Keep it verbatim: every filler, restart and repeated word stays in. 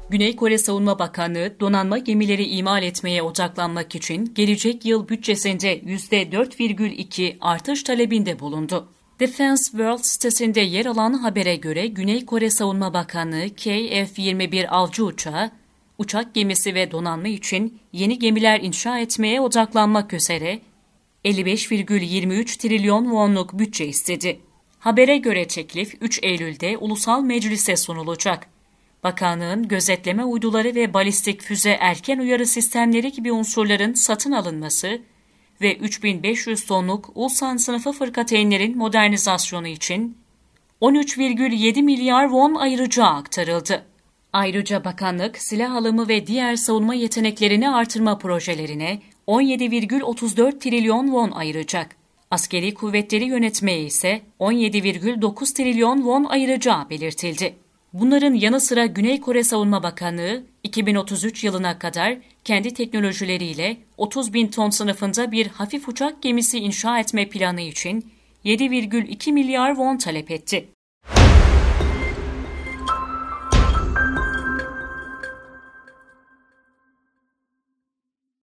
Güney Kore Savunma Bakanlığı, donanma gemileri imal etmeye odaklanmak için gelecek yıl bütçesinde yüzde dört virgül iki artış talebinde bulundu. Defense World sitesinde yer alan habere göre Güney Kore Savunma Bakanlığı K F yirmi bir avcı uçağı, uçak gemisi ve donanma için yeni gemiler inşa etmeye odaklanmak üzere elli beş virgül yirmi üç trilyon wonluk bütçe istedi. Habere göre teklif üç Eylül'de Ulusal Meclis'e sunulacak. Bakanlığın gözetleme uyduları ve balistik füze erken uyarı sistemleri gibi unsurların satın alınması ve üç bin beş yüz tonluk Ulsan sınıfı fırkateynlerin modernizasyonu için on üç virgül yedi milyar won ayıracağı aktarıldı. Ayrıca bakanlık silah alımı ve diğer savunma yeteneklerini artırma projelerine on yedi virgül otuz dört trilyon won ayıracak. Askeri kuvvetleri yönetmeye ise on yedi virgül dokuz trilyon won ayıracağı belirtildi. Bunların yanı sıra Güney Kore Savunma Bakanlığı, iki bin otuz üç yılına kadar kendi teknolojileriyle otuz bin ton sınıfında bir hafif uçak gemisi inşa etme planı için yedi virgül iki milyar won talep etti.